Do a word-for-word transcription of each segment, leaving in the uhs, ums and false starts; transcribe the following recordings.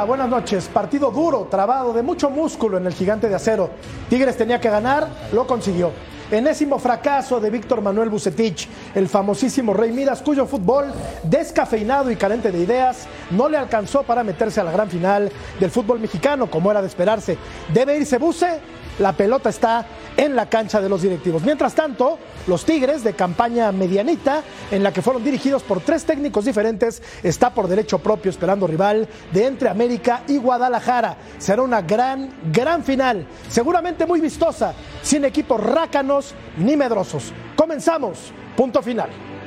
Hola, buenas noches. Partido duro, trabado, de mucho músculo en el Gigante de Acero. Tigres tenía que ganar, lo consiguió. Enésimo fracaso de Víctor Manuel Vucetich, el famosísimo Rey Midas, cuyo fútbol, descafeinado y carente de ideas, no le alcanzó para meterse a la gran final del fútbol mexicano, como era de esperarse. ¿Debe irse Buce? La pelota está en la cancha de los directivos. Mientras tanto, los Tigres, de campaña medianita, en la que fueron dirigidos por tres técnicos diferentes, está por derecho propio esperando rival de entre América y Guadalajara. Será una gran, gran final, seguramente muy vistosa, sin equipos rácanos ni medrosos. Comenzamos, punto final.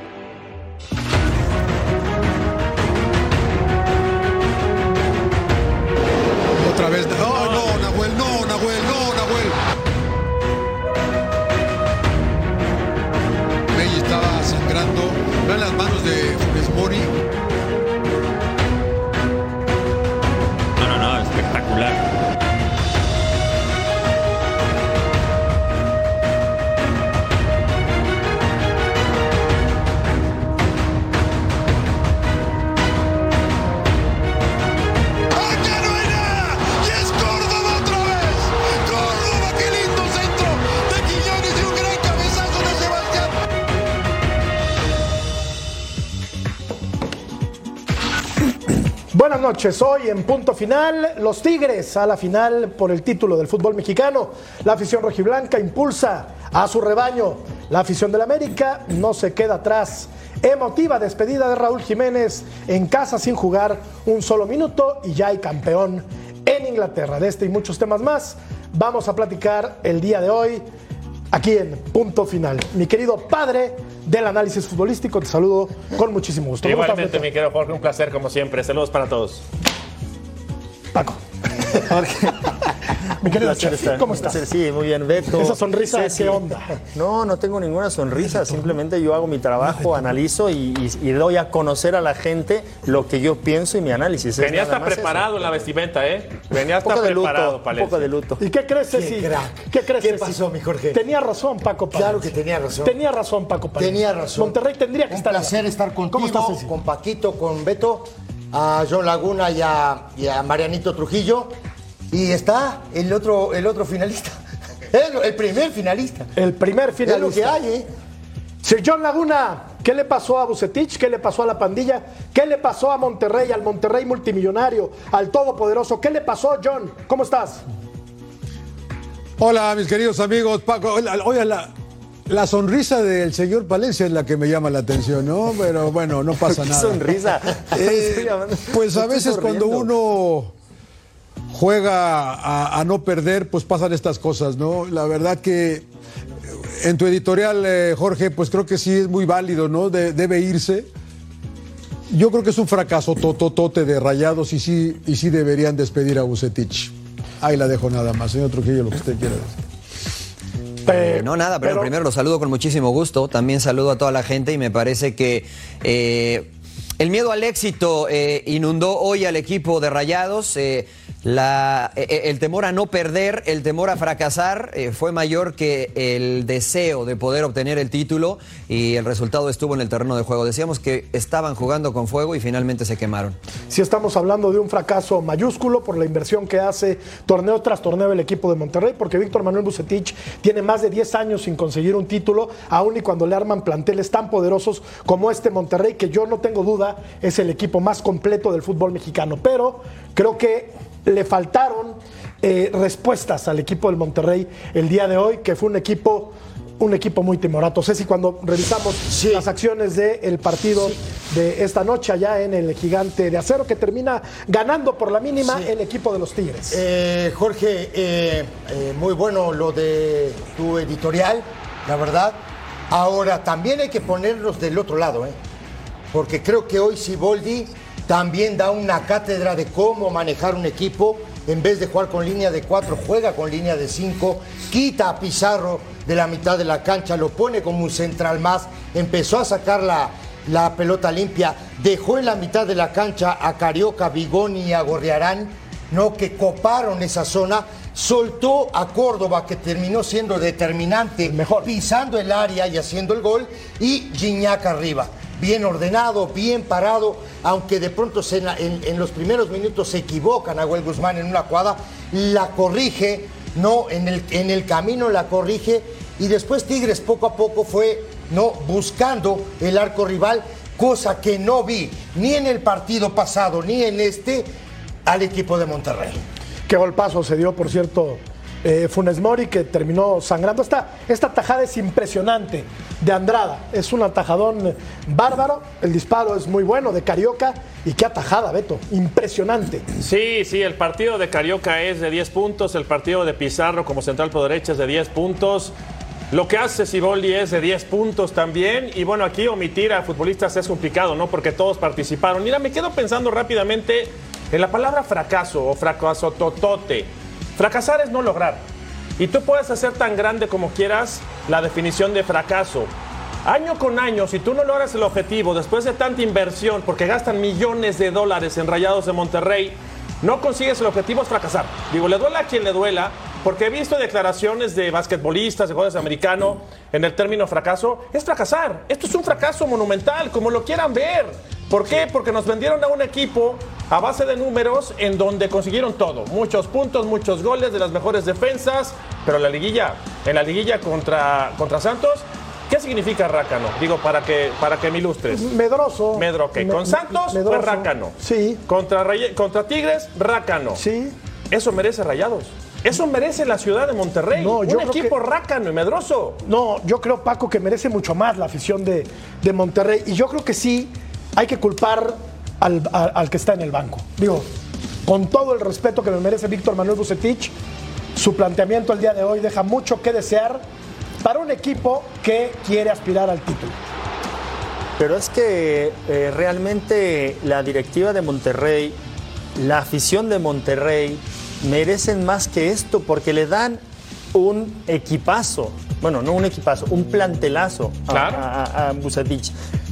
Otra vez, no, no, Nahuel, no, Nahuel, no, Nahuel. Mey estaba sangrando, vean las manos de Funes Mori. No, no, no, espectacular. Buenas noches, hoy en punto final, los Tigres a la final por el título del fútbol mexicano. La afición rojiblanca impulsa a su rebaño. La afición del América no se queda atrás. Emotiva despedida de Raúl Jiménez en casa sin jugar un solo minuto y ya hay campeón en Inglaterra. De este y muchos temas más vamos a platicar el día de hoy aquí en punto final. Mi querido padre del análisis futbolístico, te saludo con muchísimo gusto. Igualmente, mi querido Jorge, un placer como siempre. Saludos para todos. Paco. Jorge. Mi querido Chef, ¿cómo estás? Sí, muy bien, Beto. Esa sonrisa, sí, sí. ¿qué onda? No, no tengo ninguna sonrisa, simplemente yo hago mi trabajo, analizo y, y, y doy a conocer a la gente lo que yo pienso y mi análisis. Venía hasta preparado eso. En la vestimenta, ¿eh? Venía hasta preparado, para Un poco de luto. ¿Y qué crees, Ceci? ¿Qué, crack? ¿Qué crees, ¿Qué Ceci? pasó, mi Jorge? Tenía razón, Paco Palencia. Claro que tenía razón. Tenía razón, Paco Palencia. Tenía razón. Monterrey tendría que Un estar. Un placer estar contigo, ¿Cómo estás, Ceci? con Paquito, con Beto, a John Laguna y a, y a Marianito Trujillo. Y está el otro, el otro finalista. El, el primer finalista. El primer finalista. Es lo que hay, ¿eh? Sir John Laguna, ¿qué le pasó a Vucetich? ¿Qué le pasó a la pandilla? ¿Qué le pasó a Monterrey, al Monterrey multimillonario, al todopoderoso? ¿Qué le pasó, John? ¿Cómo estás? Hola, mis queridos amigos. Paco, oiga, la, la sonrisa del señor Palencia es la que me llama la atención, ¿no? Pero bueno, no pasa ¿Qué nada. sonrisa? Eh, pues a veces cuando uno juega a, a no perder, pues pasan estas cosas, ¿no? La verdad que en tu editorial, eh, Jorge, pues creo que sí es muy válido, ¿no? De, debe irse. Yo creo que es un fracaso tototote de Rayados y sí, y sí deberían despedir a Vucetich. Ahí la dejo nada más, señor Trujillo, lo que usted quiera decir. Eh, no, nada, pero, pero primero lo saludo con muchísimo gusto. También saludo a toda la gente y me parece que eh, el miedo al éxito eh, inundó hoy al equipo de Rayados. Eh, La, el temor a no perder, el temor a fracasar eh, fue mayor que el deseo de poder obtener el título y el resultado estuvo en el terreno de juego. Decíamos que estaban jugando con fuego y finalmente se quemaron. Sí, estamos hablando de un fracaso mayúsculo por la inversión que hace torneo tras torneo el equipo de Monterrey, porque Víctor Manuel Vucetich tiene más de diez años sin conseguir un título, aún y cuando le arman planteles tan poderosos como este Monterrey, que yo no tengo duda es el equipo más completo del fútbol mexicano, pero creo que le faltaron eh, respuestas al equipo del Monterrey el día de hoy, que fue un equipo un equipo muy timorato. Ceci, cuando revisamos sí. las acciones del partido sí. de esta noche allá en el Gigante de Acero, que termina ganando por la mínima sí. el equipo de los Tigres. Eh, Jorge, eh, eh, muy bueno lo de tu editorial, la verdad. Ahora, también hay que ponerlos del otro lado, ¿eh? Porque creo que hoy Siboldi también da una cátedra de cómo manejar un equipo. En vez de jugar con línea de cuatro, juega con línea de cinco, quita a Pizarro de la mitad de la cancha, lo pone como un central más, empezó a sacar la, la pelota limpia, dejó en la mitad de la cancha a Carioca, Bigoni y a Gorriarán, ¿no? Que coparon esa zona, soltó a Córdoba, que terminó siendo determinante, mejor pisando el área y haciendo el gol, y Gignac arriba. bien ordenado, bien parado, aunque de pronto se, en, en los primeros minutos se equivoca Nahuel Guzmán en una jugada, la corrige, no, en el, en el camino la corrige, y después Tigres poco a poco fue, no, buscando el arco rival, cosa que no vi ni en el partido pasado ni en este al equipo de Monterrey. Qué golpazo se dio, por cierto, eh, Funes Mori, que terminó sangrando. Esta, esta tajada es impresionante de Andrada. Es un atajadón bárbaro. El disparo es muy bueno de Carioca. Y qué atajada, Beto. Impresionante. Sí, sí, el partido de Carioca es de diez puntos. El partido de Pizarro como central por derecha es de diez puntos. Lo que hace Siboldi es de diez puntos también. Y bueno, aquí omitir a futbolistas es complicado, ¿no? Porque todos participaron. Mira, me quedo pensando rápidamente en la palabra fracaso o fracaso totote. Fracasar es no lograr. Y tú puedes hacer tan grande como quieras la definición de fracaso. Año con año, si tú no logras el objetivo después de tanta inversión, porque gastan millones de dólares en Rayados de Monterrey, no consigues el objetivo, es fracasar. Digo, le duela a quien le duela, porque he visto declaraciones de basquetbolistas, de jugadores americanos, en el término fracaso, es fracasar. Esto es un fracaso monumental, como lo quieran ver. ¿Por qué? Porque nos vendieron a un equipo a base de números en donde consiguieron todo. Muchos puntos, muchos goles, de las mejores defensas, pero la liguilla, en la liguilla contra, contra Santos, ¿qué significa rácano? Digo, para que, para que me ilustres. Medroso. Medro, ok. Con Santos Medroso. fue rácano. Sí. Contra, Ray- contra Tigres, rácano. Sí. Eso merece Rayados. Eso merece la ciudad de Monterrey. No, yo un creo equipo que... rácano y medroso. No, yo creo, Paco, que merece mucho más la afición de, de Monterrey. Y yo creo que sí hay que culpar al, al, al que está en el banco. Digo, con todo el respeto que me merece Víctor Manuel Vucetich, su planteamiento el día de hoy deja mucho que desear para un equipo que quiere aspirar al título. Pero es que eh, realmente la directiva de Monterrey, la afición de Monterrey, merecen más que esto porque le dan un equipazo, bueno, no un equipazo, un plantelazo a, Claro. a, a, a Vucetich.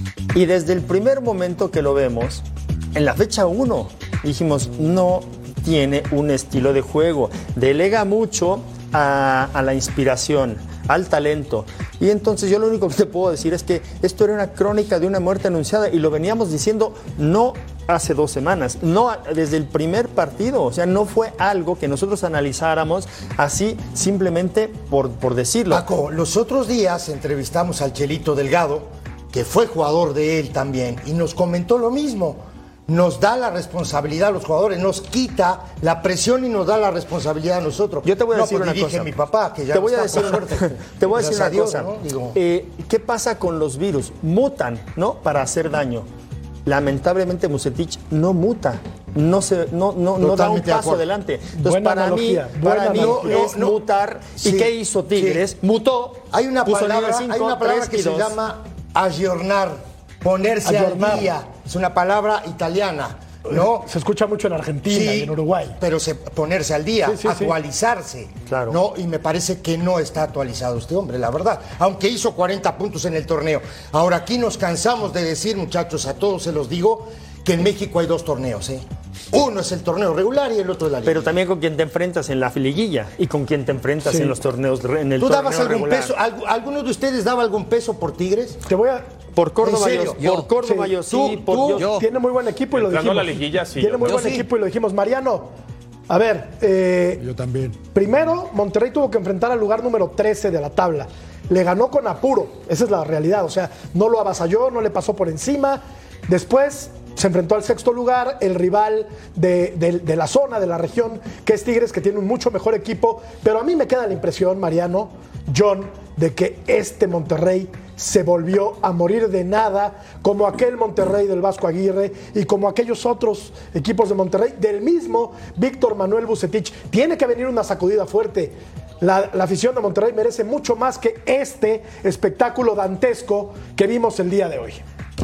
Y desde el primer momento que lo vemos, en la fecha uno, dijimos, no tiene un estilo de juego, delega mucho a, a la inspiración, al talento. Y entonces yo lo único que te puedo decir es que esto era una crónica de una muerte anunciada y lo veníamos diciendo no hace dos semanas, no desde el primer partido, o sea, no fue algo que nosotros analizáramos así simplemente por, por decirlo. Paco, los otros días entrevistamos al Chelito Delgado, que fue jugador de él también, y nos comentó lo mismo. Nos da la responsabilidad a los jugadores, nos quita la presión y nos da la responsabilidad a nosotros. Yo te voy a no, decir pues una dirige cosa. mi papá, que ya te no voy a está, decir por una, suerte. te voy a decir Gracias una a Dios, cosa. ¿no? Digo, Eh, ¿Qué pasa con los virus? Mutan, ¿no? Para hacer daño. Lamentablemente Vucetich no muta, no se, no, no, no da un Totalmente de paso acuerdo. adelante. Entonces Buena para analogía, mí, para buena mí analogía. es No, no, mutar. sí, ¿Y qué hizo Tigres? sí. Mutó. Hay una puso palabra, nivel cinco, hay una palabra tres que y se dos. llama ayornar, ponerse Ayornar. al día. Es una palabra italiana, ¿no? Se escucha mucho en Argentina y en Uruguay. Pero se, ponerse al día, Sí, sí, sí. actualizarse. Claro. ¿no? Y me parece que no está actualizado este hombre, la verdad. Aunque hizo cuarenta puntos en el torneo. Ahora, aquí nos cansamos de decir, muchachos, a todos se los digo, que en México hay dos torneos, ¿eh? Uno es el torneo regular y el otro es la liga. Pero también con quien te enfrentas en la liguilla y con quien te enfrentas Sí. en los torneos, en el ¿Tú torneo dabas algún regular. peso? ¿Algu- ¿Alguno de ustedes daba algún peso por Tigres? Te voy a... Por Córdoba, ¿En serio? yo, por Córdoba Sí. yo sí, Tú- por tú- yo- yo. Tiene muy buen equipo y lo Entrando dijimos. a la liguilla, sí, Tiene yo- muy yo buen sí. equipo y lo dijimos. Mariano, a ver, eh, Yo también. primero Monterrey tuvo que enfrentar al lugar número trece de la tabla. Le ganó con apuro, esa es la realidad. O sea, no lo avasalló, no le pasó por encima. Después se enfrentó al sexto lugar, el rival de, de- de la zona, de la región, que es Tigres, que tiene un mucho mejor equipo. Pero a mí me queda la impresión, Mariano, John, de que este Monterrey se volvió a morir de nada, como aquel Monterrey del Vasco Aguirre y como aquellos otros equipos de Monterrey, del mismo Víctor Manuel Vucetich. Tiene que venir una sacudida fuerte. La, la afición de Monterrey merece mucho más que este espectáculo dantesco que vimos el día de hoy.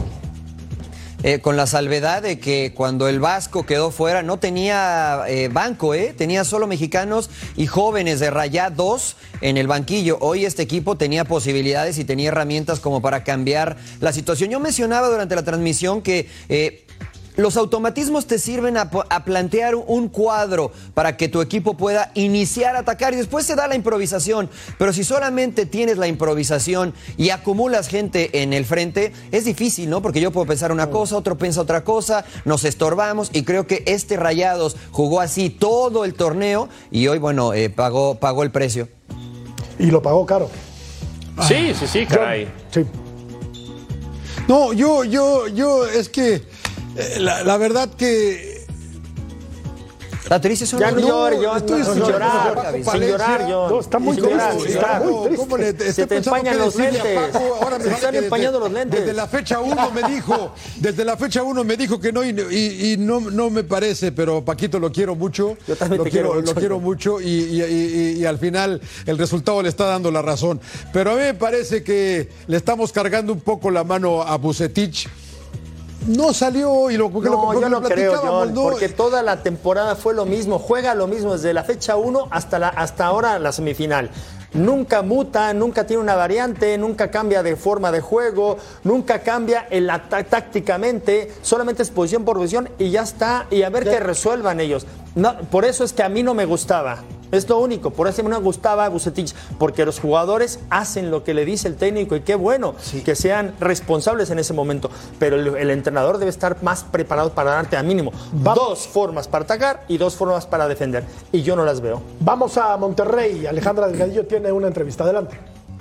Eh, con la salvedad de que cuando el Vasco quedó fuera no tenía eh, banco, ¿eh? Tenía solo mexicanos y jóvenes de Rayados en el banquillo. Hoy este equipo tenía posibilidades y tenía herramientas como para cambiar la situación. Yo mencionaba durante la transmisión que... Eh, los automatismos te sirven a, a plantear un cuadro para que tu equipo pueda iniciar a atacar y después se da la improvisación. Pero si solamente tienes la improvisación y acumulas gente en el frente, es difícil, ¿no? Porque yo puedo pensar una cosa, otro piensa otra cosa, nos estorbamos y creo que este Rayados jugó así todo el torneo y hoy, bueno, eh, pagó, pagó el precio. Y lo pagó caro. Sí, sí, sí, caray. Sí. No, yo, yo, yo, es que eh, la, la verdad que La triste son Ya los no llore, números. John, estoy sin escuchando llorar, a Paco sin Palencia. llorar, John. No, está muy Sin triste, llorar, está está- muy triste. ¿Cómo le- estoy Se te pensando empañan qué los decirle a lentes. Paco? Ahora me Se sale están que desde- empañando los lentes. Desde la fecha uno me dijo, desde la fecha uno me dijo que no y, y- y no, no me parece, pero Paquito lo quiero mucho. Yo también lo te quiero mucho, Lo quiero John. mucho y, y- y- y al final el resultado le está dando la razón. Pero a mí me parece que le estamos cargando un poco la mano a Vucetich. No salió y lo, lo, No, lo- yo lo no creo, platicábamos, John, ¿no? porque toda la temporada fue lo mismo, juega lo mismo desde la fecha uno hasta, la, hasta ahora la semifinal. Nunca muta, nunca tiene una variante, nunca cambia de forma de juego, nunca cambia el ata- tácticamente, solamente es posición por posición y ya está, y a ver qué resuelvan ellos. No, por eso es que a mí no me gustaba. Es lo único, por eso no me gustaba Vucetich, porque los jugadores hacen lo que le dice el técnico y qué bueno que sean responsables en ese momento. Pero el, el entrenador debe estar más preparado para darte a mínimo dos formas para atacar y dos formas para defender. Y yo no las veo. Vamos a Monterrey. Alejandra Delgadillo tiene una entrevista. Adelante.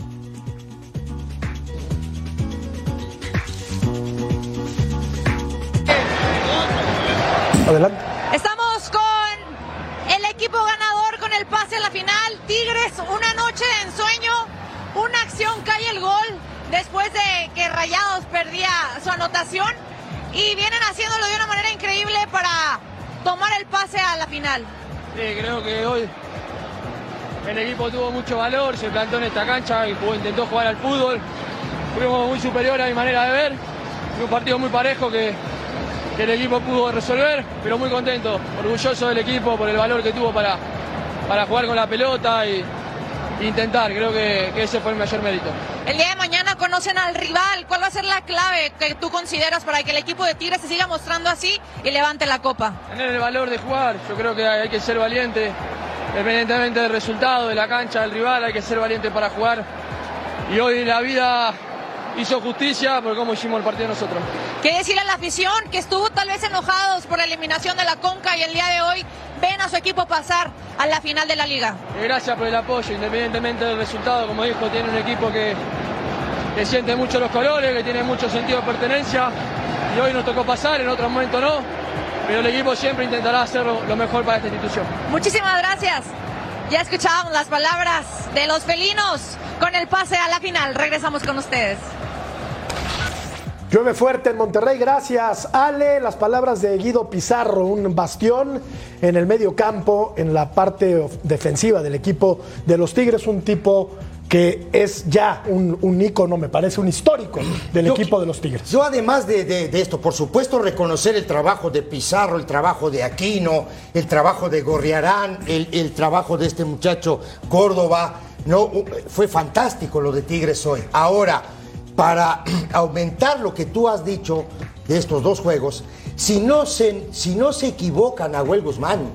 Adelante. Estamos con el equipo ganador con el pase a la final. Tigres, una noche de ensueño, una acción cae el gol después de que Rayados perdía su anotación y vienen haciéndolo de una manera increíble para tomar el pase a la final. Sí, creo que hoy el equipo tuvo mucho valor, se plantó en esta cancha y jugó, intentó jugar al fútbol. Fuimos muy superior a mi manera de ver. Fue un partido muy parejo que, que el equipo pudo resolver, pero muy contento, orgulloso del equipo por el valor que tuvo para, para jugar con la pelota y e intentar. Creo que, que ese fue el mayor mérito. El día de mañana conocen al rival. ¿Cuál va a ser la clave que tú consideras para que el equipo de Tigres se siga mostrando así y levante la copa? Tener el valor de jugar, yo creo que hay que ser valiente, independientemente del resultado, de la cancha, del rival, hay que ser valiente para jugar. Y hoy la vida hizo justicia por cómo hicimos el partido nosotros. ¿Qué decirle a la afición que estuvo tal vez enojados por la eliminación de la Conca y el día de hoy ven a su equipo pasar a la final de la Liga? Y gracias por el apoyo, independientemente del resultado, como dijo, tiene un equipo que, que siente mucho los colores, que tiene mucho sentido de pertenencia y hoy nos tocó pasar, en otro momento no, pero el equipo siempre intentará hacer lo, lo mejor para esta institución. Muchísimas gracias. Ya escuchábamos las palabras de los felinos con el pase a la final. Regresamos con ustedes. Llueve fuerte en Monterrey, gracias Ale. Las palabras de Guido Pizarro, un bastión en el medio campo, en la parte defensiva del equipo de los Tigres, un tipo que es ya un, un ícono, me parece, un histórico del Yo, equipo de los Tigres. Yo además de, de, de esto, por supuesto, reconocer el trabajo de Pizarro, el trabajo de Aquino, el trabajo de Gorriarán, el, el trabajo de este muchacho Córdoba. No, fue fantástico lo de Tigres hoy. Ahora, para aumentar lo que tú has dicho de estos dos juegos, si no se, si no se equivoca Nahuel Guzmán,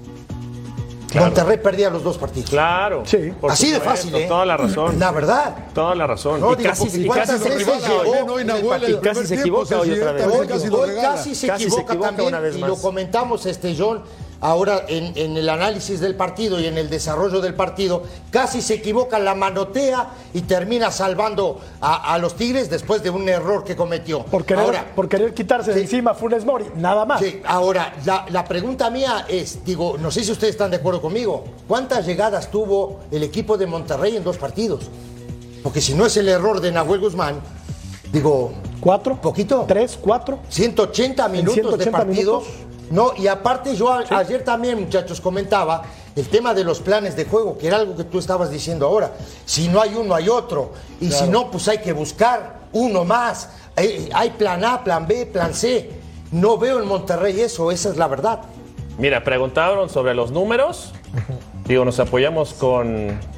claro, Monterrey perdía los dos partidos. Claro. Sí. Por Así de supuesto, fácil, ¿eh? Toda la razón. La verdad. Toda la razón. No, y digo, casi, porque y ¿cuántas casi se veces equivoca llegó? hoy. hoy en el Nahuel, partido? el Casi primer se tiempo equivoca hoy otra accidenta, vez. hoy casi lo Hoy regala. casi se Casi se equivoca equivoca también una vez y más. lo comentamos, este John, ahora en, en el análisis del partido y en el desarrollo del partido, casi se equivoca, la manotea y termina salvando a, a los Tigres después de un error que cometió. Por querer, ahora, por querer quitarse de Sí. encima a Funes Mori, nada más. sí, ahora la, la pregunta mía es, digo, no sé si ustedes están de acuerdo conmigo, ¿cuántas llegadas tuvo el equipo de Monterrey en dos partidos? Porque si no es el error de Nahuel Guzmán, digo, ¿Cuatro? ¿Poquito? ¿Tres? ¿Cuatro? ciento ochenta minutos ciento ochenta de partido. minutos. No, y aparte yo a- ayer también, muchachos, comentaba el tema de los planes de juego, que era algo que tú estabas diciendo ahora. Si no hay uno, hay otro. Y si no, pues hay que buscar uno más. Hay, hay plan A, plan B, plan C. No veo en Monterrey eso, esa es la verdad. Mira, preguntaron sobre los números. Digo, nos apoyamos con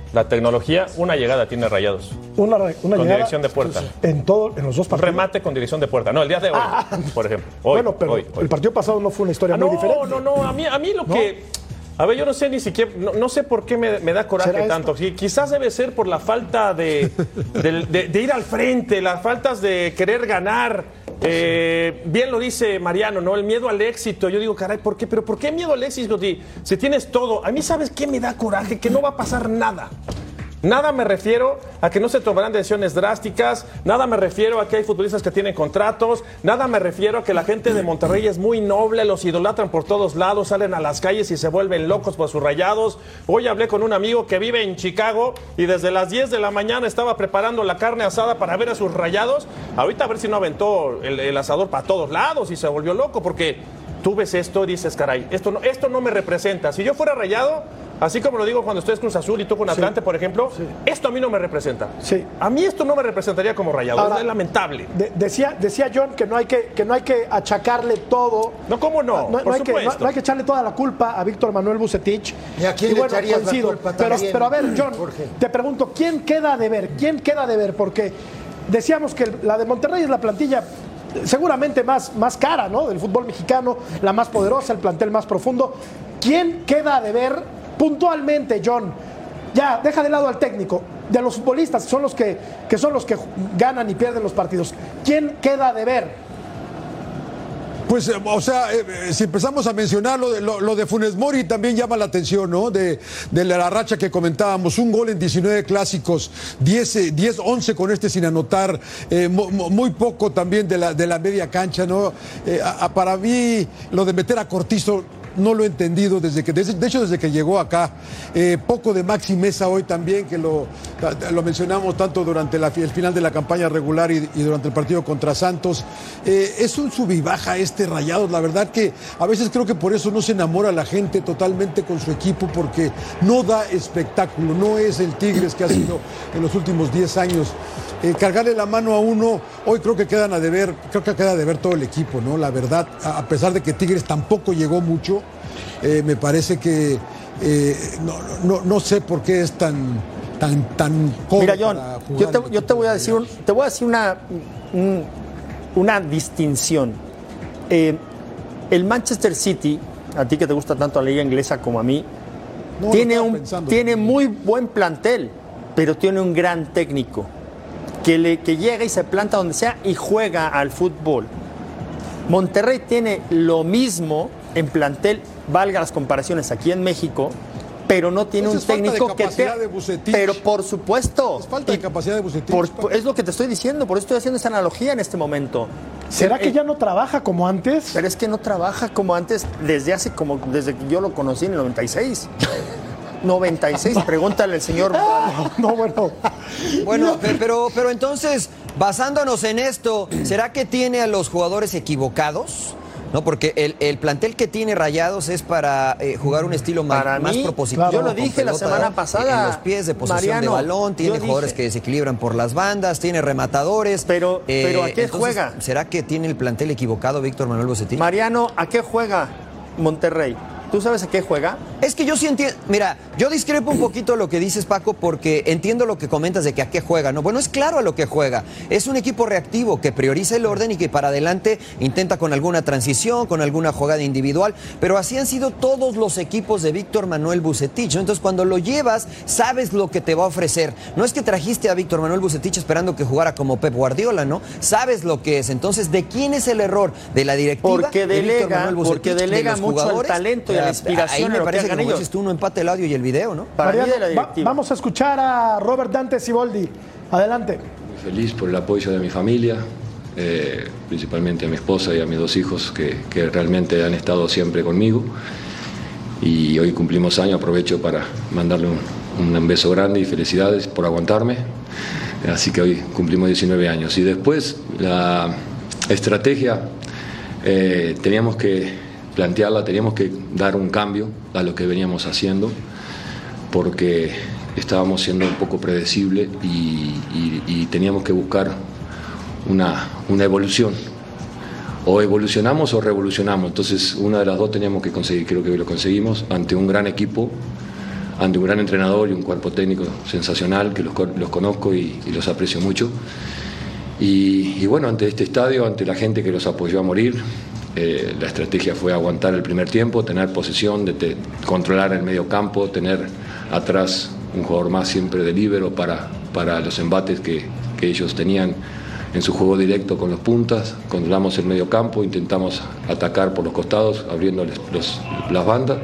la tecnología, una llegada tiene Rayados. Una, una con llegada, dirección de puerta. En todo, en los dos Un partidos. remate con dirección de puerta. No, el día de hoy, Ah. por ejemplo. Hoy, bueno, pero hoy, hoy. el partido pasado no fue una historia Ah, muy no, diferente. no, no. A mí, a mí lo ¿No? que... A ver, yo no sé ni siquiera... No, no sé por qué me, me da coraje ¿Será tanto. Sí, quizás debe ser por la falta de, de, de, de ir al frente, las faltas de querer ganar. Eh, bien lo dice Mariano, ¿no? El miedo al éxito. Yo digo, caray, ¿por qué? ¿Pero por qué miedo al éxito? Si, si tienes todo. A mí, ¿sabes qué me da coraje? Que no va a pasar nada. Nada me refiero a que no se tomarán decisiones drásticas, nada me refiero a que hay futbolistas que tienen contratos, nada me refiero a que la gente de Monterrey es muy noble, los idolatran por todos lados, salen a las calles y se vuelven locos por sus Rayados. Hoy hablé con un amigo que vive en Chicago y desde las diez de la mañana estaba preparando la carne asada para ver a sus Rayados. Ahorita a ver si no aventó el, el asador para todos lados y se volvió loco porque tú ves esto y dices, caray, esto no, esto no me representa. Si yo fuera Rayado, así como lo digo cuando estoy en Cruz Azul y tú con Atlante, sí, por ejemplo, sí, esto a mí no me representa. Sí. A mí esto no me representaría como Rayado. Ahora, es lamentable. De, decía, decía John que no hay que, que no hay que achacarle todo. No, ¿cómo no? No, no, por hay que, no, no hay que echarle toda la culpa a Víctor Manuel Vucetich. ¿Y a quién y le bueno, echarías la culpa pero, también, pero a ver, John, Jorge? Te pregunto, ¿quién queda de ver? ¿Quién queda de ver? Porque decíamos que la de Monterrey es la plantilla seguramente más, más cara, ¿no? Del fútbol mexicano, la más poderosa, el plantel más profundo. ¿Quién queda de ver puntualmente, John? Ya, deja de lado al técnico, de los futbolistas, son los que, que son los que ganan y pierden los partidos. ¿Quién queda de ver? Pues, o sea, eh, si empezamos a mencionar lo de, lo, lo de Funes Mori también llama la atención, ¿no? De, de la racha que comentábamos, un gol en diecinueve clásicos, diez, once con este sin anotar, eh, muy poco también de la, de la media cancha, ¿no? Eh, a, a, para mí, lo de meter a Cortizo no lo he entendido desde que, desde, de hecho desde que llegó acá. Eh, poco de Maxi Mesa hoy también, que lo, lo mencionamos tanto durante la, el final de la campaña regular y, y durante el partido contra Santos. Eh, es un sub y baja este Rayados, la verdad que a veces creo que por eso no se enamora la gente totalmente con su equipo, porque no da espectáculo, no es el Tigres que ha sido en los últimos diez años. Eh, cargarle la mano a uno, hoy creo que quedan a deber, creo que queda a deber todo el equipo, ¿no? La verdad, a pesar de que Tigres tampoco llegó mucho, eh, me parece que eh, no, no, no sé por qué es tan tan tan cómodo. Mira, John, yo te, yo te voy a decir un, te voy a decir una un, una distinción. Eh, el Manchester City, a ti que te gusta tanto la liga inglesa como a mí, no, tiene un tiene muy buen plantel, pero tiene un gran técnico. Que, le, que llega y se planta donde sea y juega al fútbol. Monterrey tiene lo mismo en plantel, valga las comparaciones, aquí en México, pero no tiene pues un técnico que te... De pero por supuesto. Es falta de capacidad de Vucetich. Por, por, es lo que te estoy diciendo, por eso estoy haciendo esta analogía en este momento. ¿Será eh, que ya no trabaja como antes? Pero es que no trabaja como antes desde hace como desde que yo lo conocí en el noventa y seis. noventa y seis, pregúntale al señor. No, bueno. Bueno, pero, pero entonces, basándonos en esto, ¿será que tiene a los jugadores equivocados? No, porque el, el plantel que tiene Rayados es para eh, jugar un estilo más, para más mí, propositivo. Yo lo dije la semana pasada. En los pies de posesión Mariano, de balón, tiene jugadores que desequilibran por las bandas, tiene rematadores. Pero, eh, pero ¿a qué entonces, juega? ¿Será que tiene el plantel equivocado Víctor Manuel Vucetich? Mariano, ¿a qué juega Monterrey? ¿Tú sabes a qué juega? Es que yo sí entiendo, mira, yo discrepo un poquito lo que dices, Paco, porque entiendo lo que comentas de que a qué juega, ¿no? Bueno, es claro a lo que juega. Es un equipo reactivo que prioriza el orden y que para adelante intenta con alguna transición, con alguna jugada individual, pero así han sido todos los equipos de Víctor Manuel Vucetich, ¿no? Entonces, cuando lo llevas, sabes lo que te va a ofrecer. No es que trajiste a Víctor Manuel Vucetich esperando que jugara como Pep Guardiola, ¿no? Sabes lo que es. Entonces, ¿de quién es el error? ¿De la directiva? Porque de delega, Vucetich, porque delega de los mucho jugadores? el talento y la inspiración. Ahí me parece que, como ellos. dices tú, no empate el audio y el video, ¿no? Para Mariano, mí de la va, directiva. vamos a escuchar a Robert Dante Siboldi. Adelante. Muy feliz por el apoyo de mi familia, eh, principalmente a mi esposa y a mis dos hijos que, que realmente han estado siempre conmigo. Y hoy cumplimos años, aprovecho para mandarle un, un beso grande y felicidades por aguantarme. Así que hoy cumplimos diecinueve años. Y después la estrategia eh, teníamos que plantearla, teníamos que dar un cambio a lo que veníamos haciendo porque estábamos siendo un poco predecible y, y, y teníamos que buscar una, una evolución. O evolucionamos o revolucionamos. Entonces una de las dos teníamos que conseguir, creo que lo conseguimos ante un gran equipo, ante un gran entrenador y un cuerpo técnico sensacional, que los, los conozco y, y los aprecio mucho. Y, y bueno, ante este estadio, ante la gente que los apoyó a morir, eh, la estrategia fue aguantar el primer tiempo, tener posesión, de te, controlar el medio campo, tener atrás un jugador más siempre de líbero para, para los embates que, que ellos tenían en su juego directo con los puntas. Controlamos el medio campo, intentamos atacar por los costados, abriéndoles los, las bandas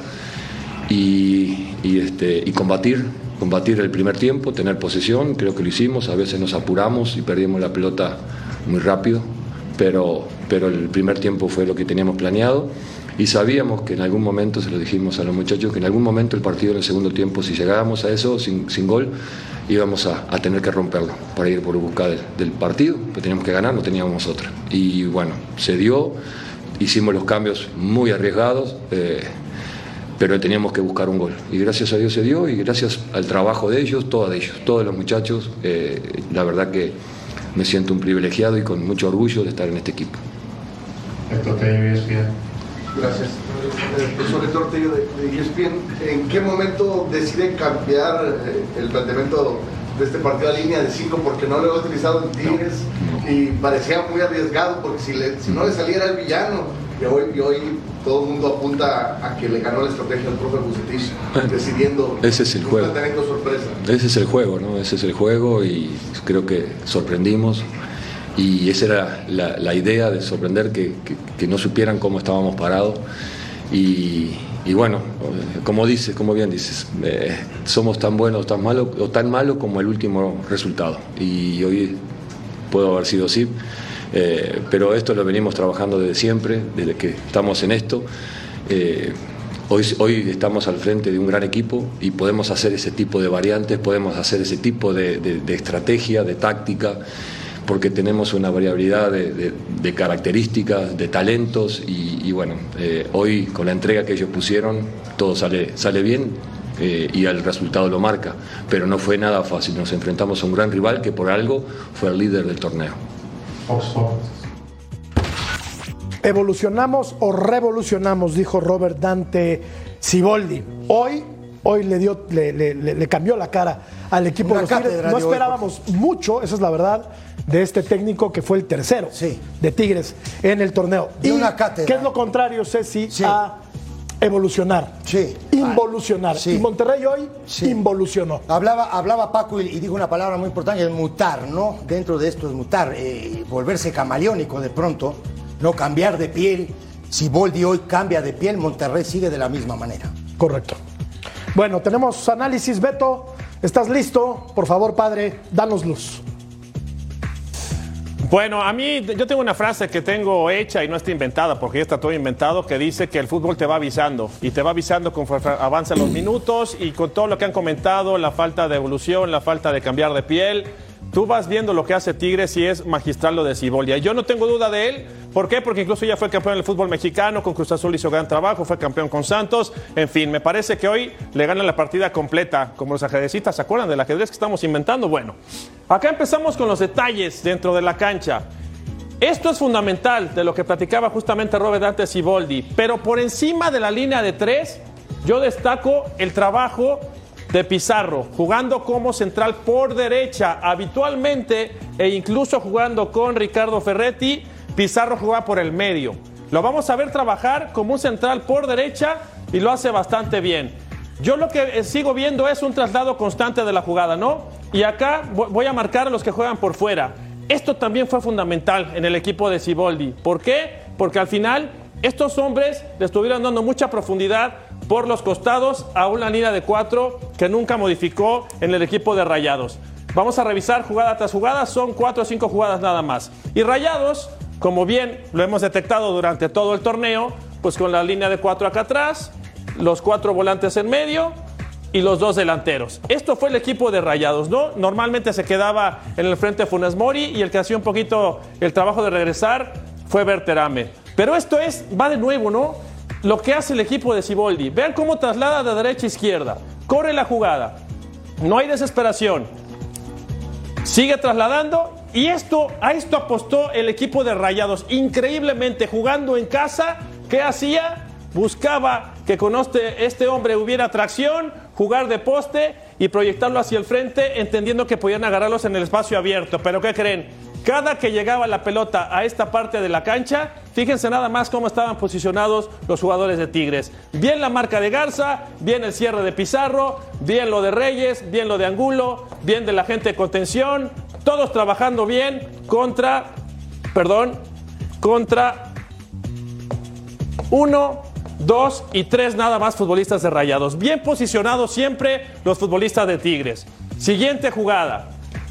y, y, este, y combatir, combatir el primer tiempo, tener posesión. Creo que lo hicimos, a veces nos apuramos y perdimos la pelota muy rápido, pero, pero el primer tiempo fue lo que teníamos planeado y sabíamos que en algún momento, se lo dijimos a los muchachos, que en algún momento el partido en el segundo tiempo, si llegábamos a eso sin, sin gol, íbamos a, a tener que romperlo para ir por busca del, del partido, pero teníamos que ganar, no teníamos otra. Y bueno, se dio, hicimos los cambios muy arriesgados, eh, pero teníamos que buscar un gol. Y gracias a Dios se dio, y gracias al trabajo de ellos, todos de ellos, todos los muchachos, eh, la verdad que me siento un privilegiado y con mucho orgullo de estar en este equipo. Héctor Tello, E S P N. Gracias. Profesor Héctor Tello de E S P N, ¿en qué momento deciden cambiar el planteamiento de este partido a línea de cinco? Porque no lo he utilizado en Tigres no, no. y parecía muy arriesgado, porque si, le, si no le saliera el villano, y hoy, y hoy todo el mundo apunta a que le ganó la estrategia al profe Vucetich, bueno, decidiendo ese es el un juego. planteamiento sorpresa. Ese es el juego, ¿no? Ese es el juego y creo que sorprendimos. Y esa era la, la idea, de sorprender, que, que, que no supieran cómo estábamos parados. Y, y bueno, como dices, como bien dices, eh, somos tan buenos tan malos, o tan malos como el último resultado. Y hoy puedo haber sido así, eh, pero esto lo venimos trabajando desde siempre, desde que estamos en esto. Eh, hoy, hoy estamos al frente de un gran equipo y podemos hacer ese tipo de variantes, podemos hacer ese tipo de, de, de estrategia, de táctica, porque tenemos una variabilidad de, de, de características, de talentos y, y bueno, eh, hoy con la entrega que ellos pusieron todo sale, sale bien eh, y el resultado lo marca, pero no fue nada fácil, nos enfrentamos a un gran rival que por algo fue el líder del torneo. Evolucionamos o revolucionamos, dijo Robert Dante Siboldi. Hoy Hoy le dio, le, le, le cambió la cara al equipo de los Tigres. No esperábamos hoy, mucho, esa es la verdad, de este técnico que fue el tercero sí. de Tigres en el torneo. Y, y una cátedra. ¿Qué es lo contrario, Ceci, sí. a evolucionar? Sí. Involucionar. Sí. Y Monterrey hoy sí. involucionó. Hablaba, hablaba Paco y, y dijo una palabra muy importante, es mutar, ¿no? Dentro de esto es mutar, eh, volverse camaleónico de pronto, no cambiar de piel. Si Siboldi hoy cambia de piel, Monterrey sigue de la misma manera. Correcto. Bueno, tenemos análisis. Beto, ¿estás listo? Por favor, padre, danos luz. Bueno, a mí, yo tengo una frase que tengo hecha y no está inventada, porque ya está todo inventado, que dice que el fútbol te va avisando, y te va avisando conforme avanzan los minutos, y con todo lo que han comentado, la falta de evolución, la falta de cambiar de piel, tú vas viendo lo que hace Tigres y es magistral lo de Siboldi. Yo no tengo duda de él. ¿Por qué? Porque incluso ya fue campeón en el fútbol mexicano, con Cruz Azul hizo gran trabajo, fue campeón con Santos. En fin, me parece que hoy le ganan la partida completa, como los ajedrecistas. ¿Se acuerdan del ajedrez que estamos inventando? Bueno, acá empezamos con los detalles dentro de la cancha. Esto es fundamental de lo que platicaba justamente Robert Dante Siboldi. Pero por encima de la línea de tres, yo destaco el trabajo de Pizarro, jugando como central por derecha habitualmente e incluso jugando con Ricardo Ferretti. Pizarro jugaba por el medio. Lo vamos a ver trabajar como un central por derecha y lo hace bastante bien. Yo lo que sigo viendo es un traslado constante de la jugada, ¿no? Y acá voy a marcar a los que juegan por fuera. Esto también fue fundamental en el equipo de Siboldi. ¿Por qué? Porque al final estos hombres le estuvieron dando mucha profundidad por los costados a una línea de cuatro que nunca modificó en el equipo de Rayados. Vamos a revisar jugada tras jugada, son cuatro o cinco jugadas nada más. Y Rayados, como bien lo hemos detectado durante todo el torneo, pues con la línea de cuatro acá atrás, los cuatro volantes en medio y los dos delanteros. Esto fue el equipo de Rayados, ¿no? Normalmente se quedaba en el frente Funes Mori y el que hacía un poquito el trabajo de regresar fue Berterame. Pero esto es, va de nuevo, ¿no? Lo que hace el equipo de Siboldi. Vean cómo traslada de derecha a izquierda. Corre la jugada. No hay desesperación. Sigue trasladando. Y esto, a esto apostó el equipo de Rayados. Increíblemente, jugando en casa, ¿qué hacía? Buscaba que con este, este hombre hubiera tracción, jugar de poste y proyectarlo hacia el frente, entendiendo que podían agarrarlos en el espacio abierto. Pero ¿qué creen? Cada que llegaba la pelota a esta parte de la cancha, fíjense nada más cómo estaban posicionados los jugadores de Tigres. Bien la marca de Garza, bien el cierre de Pizarro, bien lo de Reyes, bien lo de Angulo, bien de la gente de contención, todos trabajando bien contra, perdón, contra uno, dos y tres nada más futbolistas de Rayados. Bien posicionados siempre los futbolistas de Tigres. Siguiente jugada.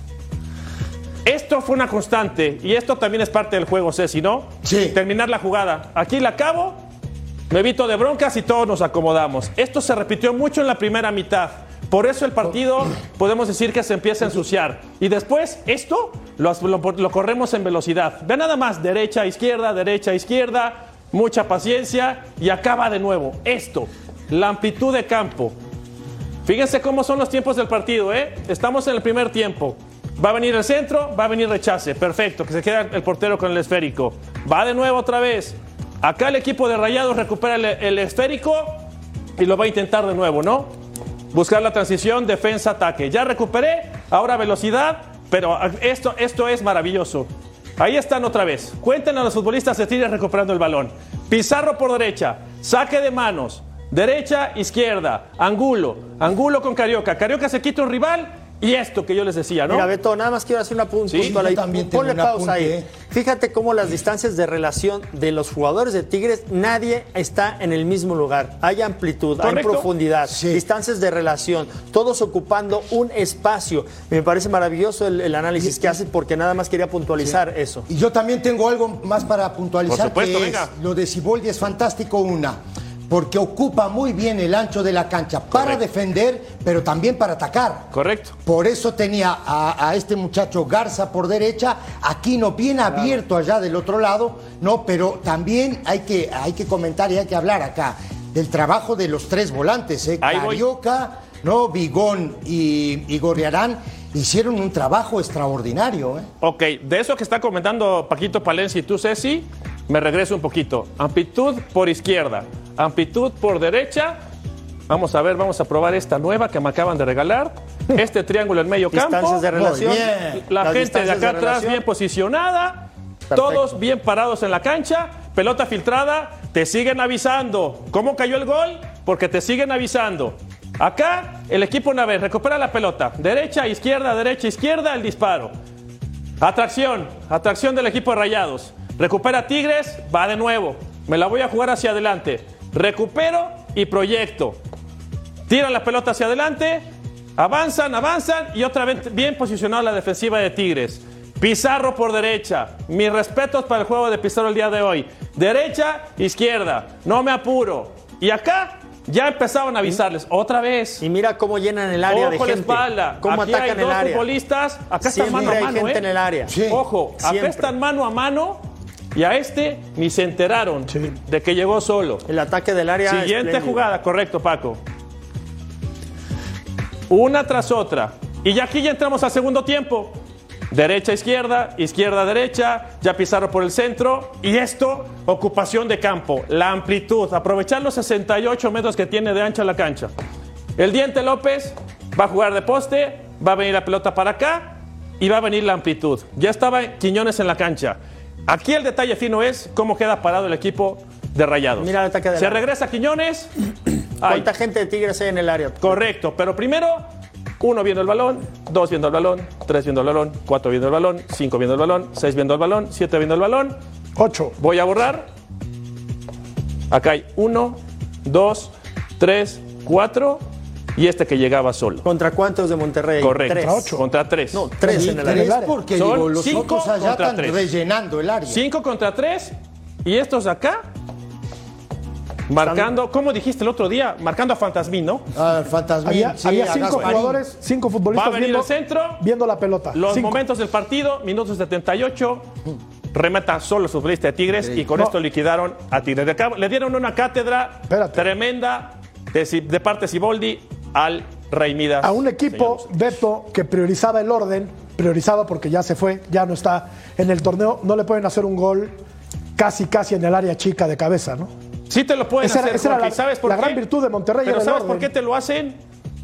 Esto fue una constante y esto también es parte del juego, Ceci, ¿no? Sí. Terminar la jugada. Aquí la acabo, me evito de broncas y todos nos acomodamos. Esto se repitió mucho en la primera mitad. Por eso el partido podemos decir que se empieza a ensuciar. Y después esto lo, lo, lo corremos en velocidad. Ve nada más, derecha, izquierda, derecha, izquierda. Mucha paciencia y acaba de nuevo. Esto, la amplitud de campo. Fíjense cómo son los tiempos del partido, ¿eh? Estamos en el primer tiempo. Va a venir el centro, va a venir rechace. Perfecto, que se queda el portero con el esférico. Va de nuevo otra vez. Acá el equipo de Rayados recupera el, el esférico y lo va a intentar de nuevo, ¿no? Buscar la transición, defensa, ataque. Ya recuperé, ahora velocidad, pero esto, esto es maravilloso. Ahí están otra vez. Cuenten a los futbolistas de Tigres recuperando el balón. Pizarro por derecha, saque de manos, derecha, izquierda, Angulo, Angulo con Carioca. Carioca se quita un rival. Y esto que yo les decía, ¿no? Mira, Beto, nada más quiero hacer una punta. Sí, ahí. también Ponle tengo un pausa apunte, ahí. ¿eh? Fíjate cómo las distancias de relación de los jugadores de Tigres, nadie está en el mismo lugar. Hay amplitud, Correcto. hay profundidad, Sí. distancias de relación, todos ocupando un espacio. Me parece maravilloso el, el análisis Y- que hace porque nada más quería puntualizar eso. Y yo también tengo algo más para puntualizar, Por supuesto, que venga. es lo de Siboldi es fantástico, una, porque ocupa muy bien el ancho de la cancha para Correcto. defender, pero también para atacar. Correcto. Por eso tenía a, a este muchacho Garza por derecha, Aquino bien abierto allá del otro lado, no, pero también hay que, hay que comentar y hay que hablar acá del trabajo de los tres volantes, ¿eh? Ahí voy. Carioca, no, Vigón y, y Gorriarán hicieron un trabajo extraordinario, ¿eh? Ok, de eso que está comentando Paquito Palencia y tú, Ceci, me regreso un poquito. Amplitud por izquierda, amplitud por derecha. Vamos a ver, vamos a probar esta nueva que me acaban de regalar. Este triángulo en medio campo. Distancias de relación. Muy bien. La Las gente de distancias acá de atrás relación. bien posicionada. Perfecto. Todos bien parados en la cancha. Pelota filtrada. Te siguen avisando. ¿Cómo cayó el gol? Porque te siguen avisando. Acá el equipo una vez recupera la pelota. Derecha, izquierda, derecha, izquierda, el disparo. Atracción. Atracción del equipo de Rayados. Recupera Tigres, va de nuevo. Me la voy a jugar hacia adelante. Recupero y proyecto. Tiran la pelota hacia adelante. Avanzan, avanzan y otra vez bien posicionada la defensiva de Tigres. Pizarro por derecha. Mis respetos para el juego de Pizarro el día de hoy. Derecha, izquierda. No me apuro. Y acá ya empezaban a avisarles. Otra vez. Y mira cómo llenan el área de Ojo gente. la espalda. Cómo Aquí atacan hay dos el área. futbolistas. Acá están Siempre mano a hay mano. gente ¿eh? en el área. Sí. Ojo, acá Siempre. están mano a mano. Y a este ni se enteraron de que llegó solo. El ataque del área. Siguiente espléndido. jugada, correcto, Paco. Una tras otra. Y ya aquí ya entramos al segundo tiempo. Derecha, izquierda, izquierda, derecha. Ya Pizarro por el centro. Y esto, ocupación de campo. La amplitud. Aprovechar los sesenta y ocho metros que tiene de ancha la cancha. El Diente López va a jugar de poste. Va a venir la pelota para acá. Y va a venir la amplitud. Ya estaba Quiñones en la cancha. Aquí el detalle fino es cómo queda parado el equipo de Rayados. Mira el ataque del Se área. regresa Quiñones. Ay, ¿Cuánta gente de Tigres hay en el área? correcto, pero primero, uno viendo el balón, dos viendo el balón, tres viendo el balón, cuatro viendo el balón, cinco viendo el balón, seis viendo el balón, siete viendo el balón. Ocho. Voy a borrar. Acá hay uno, dos, tres, cuatro y este que llegaba solo. ¿Contra cuántos de Monterrey? Correcto. Tres. Contra ocho. Contra tres. No, tres Y en el tres área. porque Son digo, los cinco otros allá contra están tres. rellenando el área. Cinco contra tres y estos acá marcando, ¿cómo dijiste el otro día? Marcando a Fantasmín, ¿no? Ah, el Fantasmín, Había, sí, había a cinco Gasparín. jugadores, cinco Va a futbolistas venir viendo, el centro. viendo la pelota. Los Cinco. momentos del partido, minutos setenta y ocho, remata solo el futbolista de Tigres y con No. esto liquidaron a Tigres. Le acab- Le dieron una cátedra Espérate. tremenda de, Si- de parte Siboldi al Rey Midas. A un equipo, señores. Beto, que priorizaba el orden, priorizaba porque ya se fue, ya no está en el torneo, no le pueden hacer un gol casi, casi en el área chica de cabeza, ¿no? Sí te lo pueden Esa era- hacer, esa era Jorge. la- ¿Sabes por la qué? gran virtud de Monterrey Pero era el ¿sabes orden. por qué te lo hacen?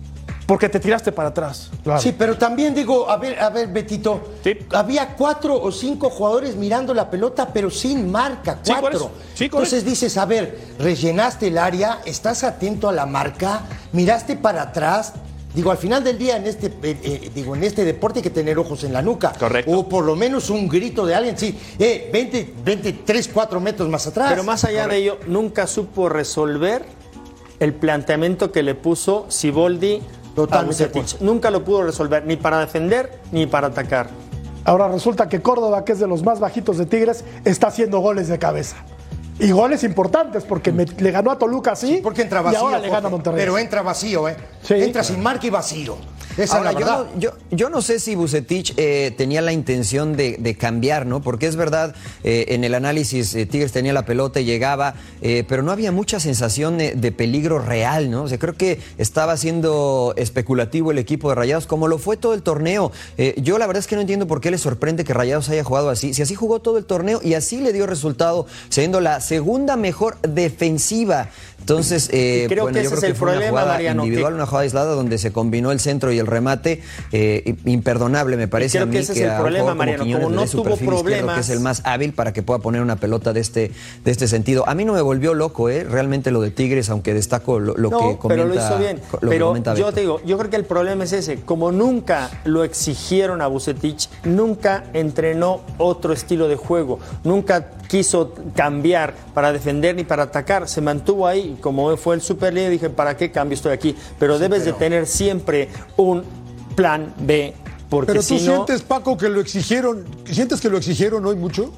porque te tiraste para atrás. Claro. Sí, pero también digo, a ver, a ver, Betito, sí. había cuatro o cinco jugadores mirando la pelota, pero sin marca, cuatro. Sí, sí, entonces dices, a ver, rellenaste el área, estás atento a la marca, miraste para atrás. Digo, al final del día, en este, eh, eh, digo, en este deporte hay que tener ojos en la nuca. Correcto. O por lo menos un grito de alguien, sí, eh, veinte, veintitrés, cuatro metros más atrás. Pero más allá Correcto. de ello, nunca supo resolver el planteamiento que le puso Siboldi a Vucetich. Nunca lo pudo resolver, ni para defender, ni para atacar. Ahora resulta que Córdoba, que es de los más bajitos de Tigres, está haciendo goles de cabeza. Y goles importantes, porque me, le ganó a Toluca así, sí, porque entra vacío, y ahora le gana a Monterrey. Pero entra vacío, ¿eh? Sí, entra claro. sin marca y vacío. Esa Ahora, es la verdad. yo, no, yo, yo no sé si Vucetich eh, tenía la intención de, de cambiar, ¿no? Porque es verdad, eh, en el análisis eh, Tigres tenía la pelota y llegaba, eh, pero no había mucha sensación de, de peligro real, ¿no? O sea, creo que estaba siendo especulativo el equipo de Rayados, como lo fue todo el torneo. Eh, yo la verdad es que no entiendo por qué le sorprende que Rayados haya jugado así. Si así jugó todo el torneo y así le dio resultado, siendo la segunda mejor defensiva. Entonces, eh, creo bueno, que yo ese creo es que el fue problema, una jugada Mariano, individual, que... una jugada aislada donde se combinó el centro y el remate, eh, imperdonable me parece creo a mí que ese que es el a un problema, jugador como Mariano, Quiñones como le no dé su tuvo perfil izquierdo, problemas, que es el más hábil para que pueda poner una pelota de este, de este sentido. A mí no me volvió loco, eh, realmente lo de Tigres, aunque destaco lo, lo no, que comenta. pero lo hizo bien. Lo pero comenta yo Beto. te digo, yo creo que el problema es ese. Como nunca lo exigieron a Vucetich, nunca entrenó otro estilo de juego, nunca quiso cambiar para defender ni para atacar, se mantuvo ahí, como fue el Super League, dije, ¿para qué cambio estoy aquí? Pero sí, debes pero... de tener siempre un plan B, porque Pero tú si sientes, no... Paco, que lo exigieron, ¿sientes que lo exigieron hoy mucho?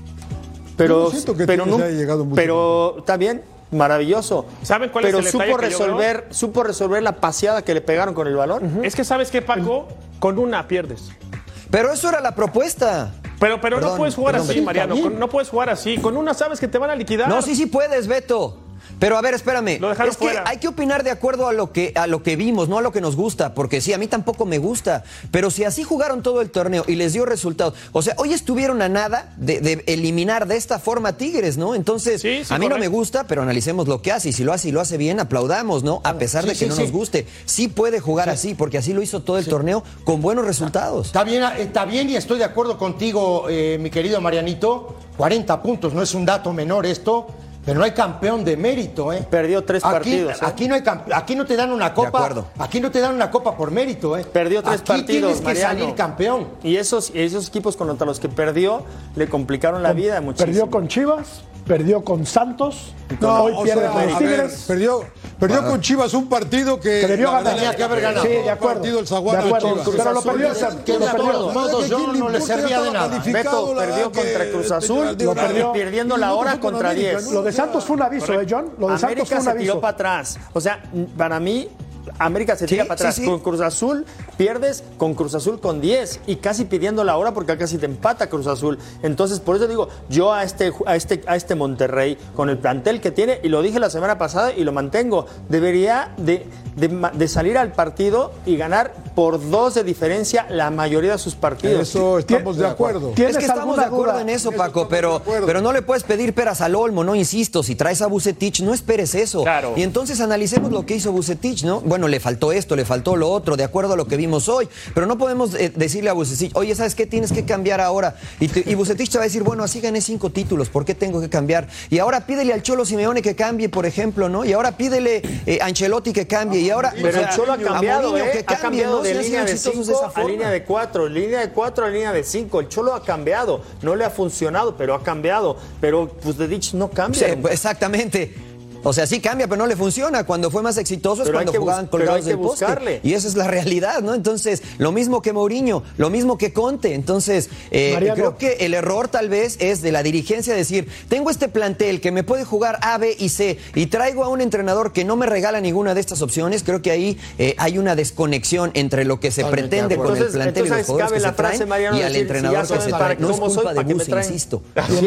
Pero, Yo siento que pero, no, haya llegado mucho. pero está bien, maravilloso. ¿Saben cuál pero es el supo detalle que resolver, yo veo? supo resolver la paseada que le pegaron con el balón. Uh-huh. Es que ¿sabes qué, Paco? Con una pierdes. Pero eso era la propuesta. Pero, pero perdón, no puedes jugar perdón, así, Beto. Mariano. Con, no puedes jugar así. Con una sabes que te van a liquidar. No, sí, sí puedes, Beto. Pero a ver, espérame. Lo dejaron es que fuera. hay que opinar de acuerdo a lo que a lo que vimos, no a lo que nos gusta, porque sí, a mí tampoco me gusta. Pero si así jugaron todo el torneo y les dio resultados, o sea, hoy estuvieron a nada de, de eliminar de esta forma a Tigres, ¿no? Entonces, sí, sí, a mí correcto. no me gusta, pero analicemos lo que hace. Y si lo hace y lo hace bien, aplaudamos, ¿no? A pesar sí, de que sí, no sí. nos guste. Sí puede jugar sí. así, porque así lo hizo todo el sí. torneo con buenos resultados. Está bien, está bien y estoy de acuerdo contigo, eh, mi querido Marianito. cuarenta puntos, no es un dato menor esto. Pero no hay campeón de mérito, ¿eh? Perdió tres aquí, partidos. ¿eh? Aquí, no hay campe- aquí no te dan una copa. Aquí no te dan una copa por mérito, ¿eh? Perdió tres aquí partidos, tienes que Mariano. salir campeón. Y esos, esos equipos contra los que perdió le complicaron la vida muchísimo. Perdió con Chivas, perdió con Santos. No, hoy o pierde sea, con los a ver, Tigres. perdió perdió con Chivas un partido que, que debió la ganar. verdad, Tenía que haber ganado. Sí, de acuerdo. partido el Zaguán de a acuerdo. Chivas. Pero lo perdió. Que lo de perdió. todos modos yo no le servía de nada. Beto perdió contra Cruz Azul, Lo perdió. perdiendo la hora contra diez. Lo de Santos fue un aviso, ¿eh, John? Lo de Santos América fue un se aviso. tiró para atrás. O sea, para mí, América se tira Sí, para atrás. sí, sí. Con Cruz Azul pierdes, con Cruz Azul con diez y casi pidiendo la hora porque casi te empata Cruz Azul. Entonces, por eso digo, yo a este, a este, a este Monterrey, con el plantel que tiene, y lo dije la semana pasada y lo mantengo, debería de, de, de salir al partido y ganar por dos de diferencia la mayoría de sus partidos. Eso estamos de acuerdo. Es que estamos alguna de acuerdo duda? en eso, Eso Paco, estamos pero, de acuerdo. pero no le puedes pedir peras al olmo, no insisto. Si traes a Vucetich, no esperes eso. Claro. Y entonces analicemos lo que hizo Vucetich, ¿no? Bueno, le faltó esto, le faltó lo otro, de acuerdo a lo que vimos hoy. Pero no podemos eh, decirle a Vucetich, oye, ¿sabes qué? Tienes que cambiar ahora. Y, te, y Vucetich te va a decir, bueno, así gané cinco títulos, ¿por qué tengo que cambiar? Y ahora pídele al Cholo Simeone que cambie, por ejemplo, ¿no? Y ahora pídele eh, a Ancelotti que cambie. Y ahora, Pero o sea, el Cholo ha cambiado, Mourinho ¿eh? que Ha cambie, cambiado ¿no? de Si han sido línea de exitosos cinco esa a forma. línea de cuatro, línea de cuatro a línea de cinco. El Cholo ha cambiado, no le ha funcionado, pero ha cambiado. Pero Vucetich no cambia. Sí, exactamente. O sea, sí cambia, pero no le funciona. Cuando fue más exitoso es Pero hay cuando que jugaban bus- pero colgados hay que del poste. buscarle. Y esa es la realidad, ¿no? Entonces, lo mismo que Mourinho, lo mismo que Conte. Entonces, eh, Mariano. creo que el error tal vez es de la dirigencia decir, tengo este plantel que me puede jugar A, B y C y traigo a un entrenador que no me regala ninguna de estas opciones. Creo que ahí eh, hay una desconexión entre lo que se Totalmente pretende de con acuerdo. el plantel y los Entonces, jugadores cabe que la se traen frase, Mariano, y al decir, entrenador si ya que se saben trae. para No es cómo soy, culpa de ¿para qué me Bus, traen? insisto.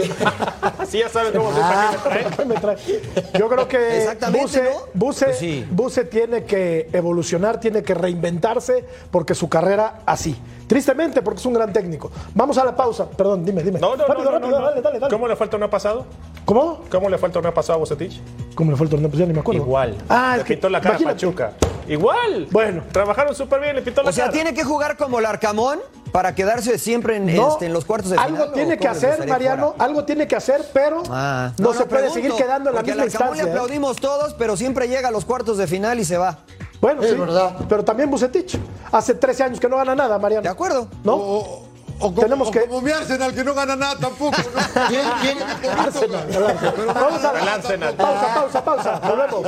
Sí, ya saben cómo soy, ¿para qué me traen? ¿Qué me trae? Yo creo que Exactamente, Buse, ¿no? Buse, Pues sí. Buse tiene que evolucionar, tiene que reinventarse porque su carrera así. Tristemente, porque es un gran técnico. Vamos a la pausa. Perdón, dime, dime. No, no, Rápido, no, no, rápido, no. dale, dale, dale. ¿Cómo le fue el torneo pasado? ¿Cómo? ¿Cómo le fue el torneo pasado a Vucetich? ¿Cómo le fue el torneo? Pues ya ni me acuerdo. Igual. Ah, Le es que, pintó la cara a imagínate. Pachuca. igual. Bueno. Trabajaron súper bien, le pintó la O sea, cara. tiene que jugar como Larcamón para quedarse siempre en, No, este, en los cuartos de final. algo tiene ¿o que cómo les hacer, gustaría Mariano, fuera? algo tiene que hacer, pero Ah, no, se puede pregunto, seguir quedando en la porque misma a Larcamón instancia. le ¿eh? aplaudimos todos, pero siempre llega a los cuartos de final y se va. Bueno, Es sí, verdad. pero también Vucetich. Hace trece años que no gana nada, Mariano. ¿De acuerdo? ¿No? O, o como, Tenemos o que- como mi Arsenal, que no gana nada tampoco. ¿no? ¿Quién, quién? Arsenal, el Arsenal. Pero no Vamos gana a nada El Arsenal. tampoco. Pausa, pausa, pausa. Volvemos.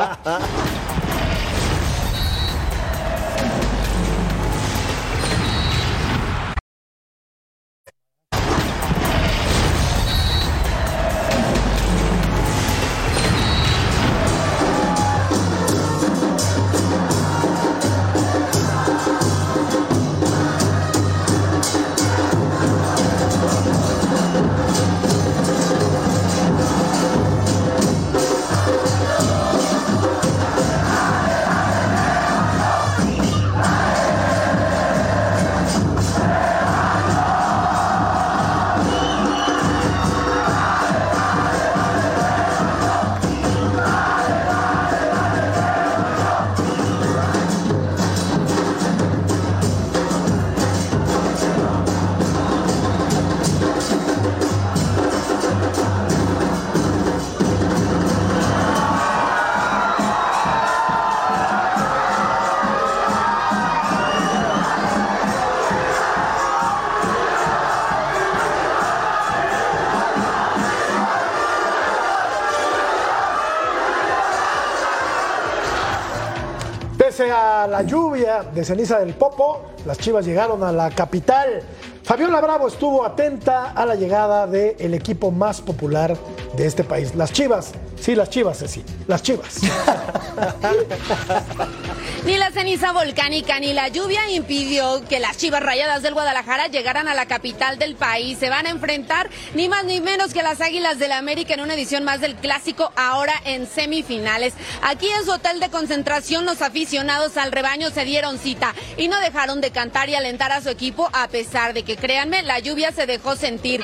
Pese a la lluvia de ceniza del Popo, las Chivas llegaron a la capital. Fabiola Bravo estuvo atenta a la llegada del equipo más popular de este país. Las Chivas, sí, las Chivas, sí, las Chivas. Ni la ceniza volcánica ni la lluvia impidió que las Chivas Rayadas del Guadalajara llegaran a la capital del país. Se van a enfrentar ni más ni menos que las Águilas del América en una edición más del Clásico, ahora en semifinales. Aquí en su hotel de concentración, los aficionados al rebaño se dieron cita y no dejaron de cantar y alentar a su equipo, a pesar de que, créanme, la lluvia se dejó sentir.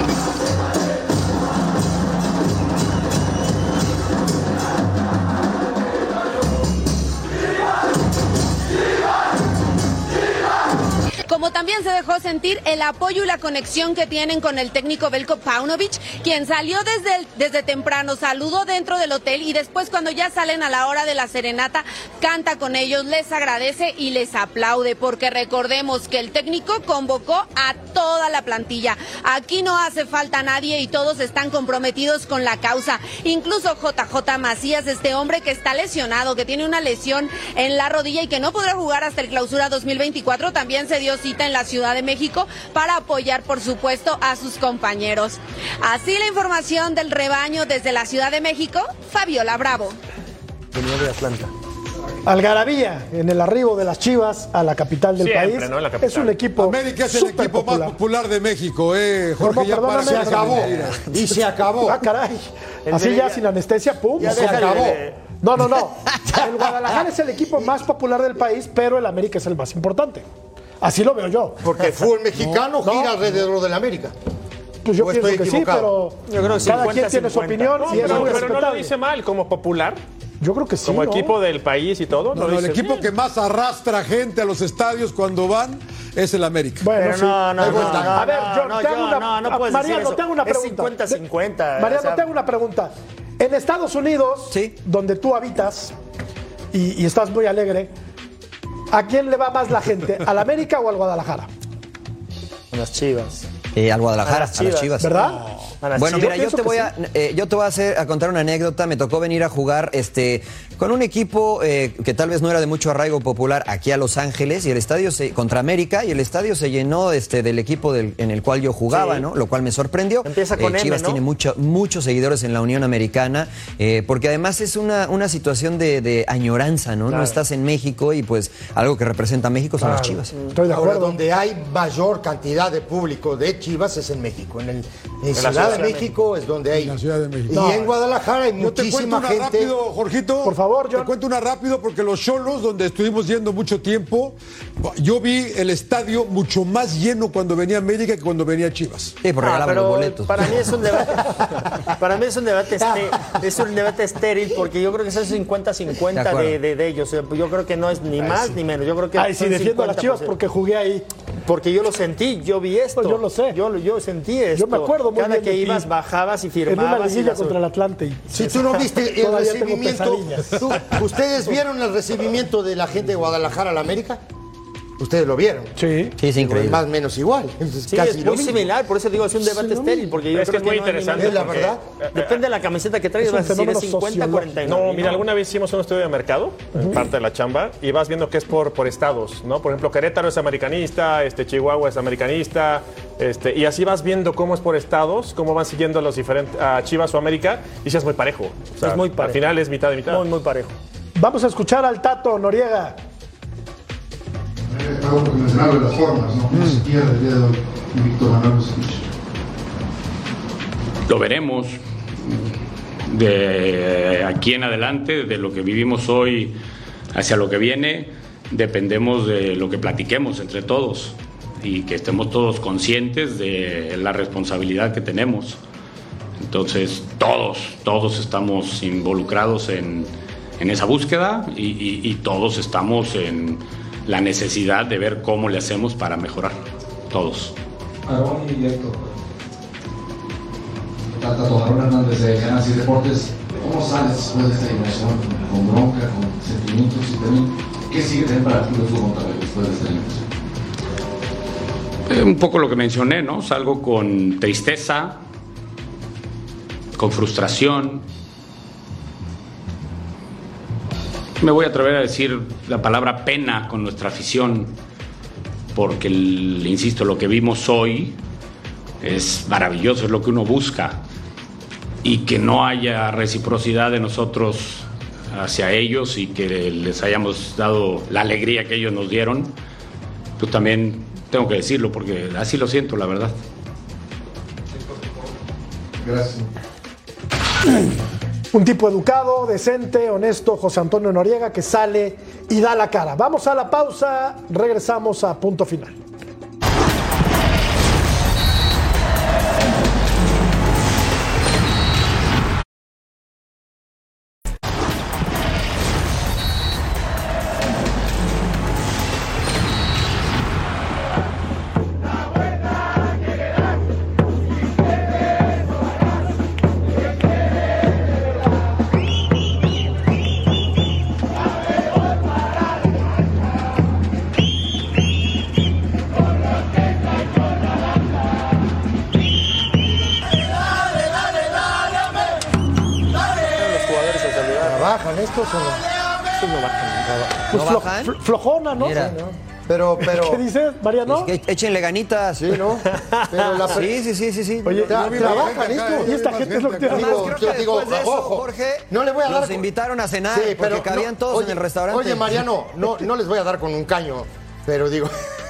Como también se dejó sentir el apoyo y la conexión que tienen con el técnico Veljko Paunovic, quien salió desde, el, desde temprano, saludó dentro del hotel y después, cuando ya salen a la hora de la serenata, canta con ellos, les agradece y les aplaude, porque recordemos que el técnico convocó a toda la plantilla. Aquí no hace falta nadie y todos están comprometidos con la causa. Incluso J J Macías, este hombre que está lesionado, que tiene una lesión en la rodilla y que no podrá jugar hasta el Clausura dos mil veinticuatro, también se dio cita en la Ciudad de México para apoyar, por supuesto, a sus compañeros. Así la información del rebaño desde la Ciudad de México, Fabiola Bravo. Venía de Atlanta. Algarabía en el arribo de las Chivas a la capital del Siempre, país. ¿no? En la capital. Es un equipo América es el súper equipo popular. más popular de México, eh, Jorge. ¿Cómo? Ya para Perdóname, Se con esa acabó. mentira. Y se acabó. Ah, caray. El Así de- ya sin anestesia, pum. Ya se déjale acabó. de- No, no, no. El Guadalajara es el equipo más popular del país, pero el América es el más importante. Así lo veo yo. Porque el fútbol mexicano No, gira no. alrededor del América. Pues yo ¿O pienso estoy que sí, equivocado? pero Yo creo que cada cincuenta, quien tiene su cincuenta. opinión No, y es pero, muy pero no lo respetable. dice mal, como popular, Yo creo que sí. como ¿no? equipo del país y todo. No, lo no, el dice equipo bien. que más arrastra gente a los estadios cuando van es el América. Bueno, Pero sí. no, no, Ahí no, está. no, A ver, no, yo no, te hago yo- una, no, no puedes decir Mariano, eso. te hago una Es pregunta. cincuenta cincuenta, Mariano, o sea- te hago una pregunta. En Estados Unidos, Sí. donde tú habitas y, y estás muy alegre, ¿a quién le va más la gente? ¿Al América o al Guadalajara? Con las Chivas. Eh, al Guadalajara, A a las las Chivas. Chivas. ¿Verdad? A las Bueno, Chivas. mira, yo pienso te que voy a, eh, yo te voy a hacer a contar una anécdota. Me tocó venir a jugar, este, con un equipo eh, que tal vez no era de mucho arraigo popular aquí a Los Ángeles y el estadio se, contra América y el estadio se llenó, este, del equipo del- en el cual yo jugaba, Sí. ¿no? Lo cual me sorprendió. Empieza con Eh, M, Chivas ¿no? tiene mucho- muchos seguidores en la Unión Americana, eh, porque además es una, una situación de, de añoranza, ¿no? No estás en México y pues algo que representa a México son las Chivas. Estoy de Ahora, acuerdo. donde hay mayor cantidad de público de Chivas es en México. En, el, en Ciudad, Ciudad de México, México es donde hay. En la Ciudad de México. Y No, en Guadalajara hay yo muchísima te cuento gente. Una rápido, Jorgito. Por favor, John. Te cuento una rápido porque los Xolos, donde estuvimos yendo mucho tiempo, yo vi el estadio mucho más lleno cuando venía América que cuando venía Chivas. Sí, por Ah, regalar pero los boletos. para mí es un debate para mí es un debate este, es un debate estéril porque yo creo que son cincuenta cincuenta de, de, de ellos. Yo creo que no es ni Ay, más sí. ni menos. Yo creo que Ay, sí, defiendo a las Chivas porque jugué ahí. Porque yo lo sentí, yo vi esto. Pues yo lo sé. Yo, yo sentí esto. Yo me acuerdo muy Cada bien que de ti. ibas, bajabas y En una firmabas. y liguilla las- contra el Atlante. Y- Si tú no viste el Todavía tengo recibimiento, pesadillas. tú- ¿ustedes vieron el recibimiento de la gente de Guadalajara a la América? Ustedes lo vieron. Sí. Sí, es increíble. Más o menos igual. Es Sí, casi es lo muy mismo. similar, por eso digo, es un debate Sí, lo estéril, mismo. porque yo Es que creo es muy no hay ni interesante. más- Es la porque, verdad. eh, Depende de la camiseta que Es traigas, un vas a decir fenómeno es cincuenta cuarenta y No, nueve. mira, alguna vez hicimos un estudio de mercado, en parte de la chamba, y vas viendo que es por, por estados, ¿no? Por ejemplo, Querétaro es americanista, este, Chihuahua es americanista, este, y así vas viendo cómo es por estados, cómo van siguiendo los diferentes, a Chivas o América, y sí es muy parejo. O sea, Es muy parejo. Al final es mitad de mitad. Muy, muy parejo. Vamos a escuchar al Tato Noriega. Algo que mencionaba de las formas, ¿no? ¿Cómo se pierde el día de hoy Víctor Manuel Bucetich? Lo veremos de aquí en adelante, de lo que vivimos hoy hacia lo que viene, dependemos de lo que platiquemos entre todos y que estemos todos conscientes de la responsabilidad que tenemos. Entonces, todos, todos estamos involucrados en, en esa búsqueda y, y, y todos estamos en la necesidad de ver cómo le hacemos para mejorar, todos. Aarón y Héctor. Tato Aarón Hernández de Canal y Deportes. ¿Cómo sales después de esta eliminación? ¿Con bronca, con sentimientos? Y también, ¿qué sigue también para ti de Monterrey después de esta eliminación? Eh, un poco lo que mencioné, ¿no? Salgo con tristeza, con frustración. Me voy a atrever a decir la palabra pena con nuestra afición, porque, el, insisto, lo que vimos hoy es maravilloso, es lo que uno busca, y que no haya reciprocidad de nosotros hacia ellos y que les hayamos dado la alegría que ellos nos dieron, pues también tengo que decirlo, porque así lo siento, la verdad. Gracias. Un tipo educado, decente, honesto, José Antonio Noriega, que sale y da la cara. Vamos a la pausa, regresamos a Punto Final. ¿Trabajan estos o no? Estos no bajan. Pues ¿No flo- bajan? fl- flojona, ¿no? Mira. Sí, ¿no? Pero, pero. ¿Qué dices, Mariano? Es que échenle ganitas. Sí, ¿no? Pero la Sí, sí, sí, sí, sí. Oye, Tra- no vi- trabajan gente acá, esto. ¿eh? y esta Más gente es lo que gente te acá. digo. Creo yo que digo, después de eso, ojo, Jorge, no le voy a dar los con- invitaron a cenar Sí, porque pero cabían no, todos oye, en el restaurante. Oye, Mariano, no, no les voy a dar con un caño, pero digo,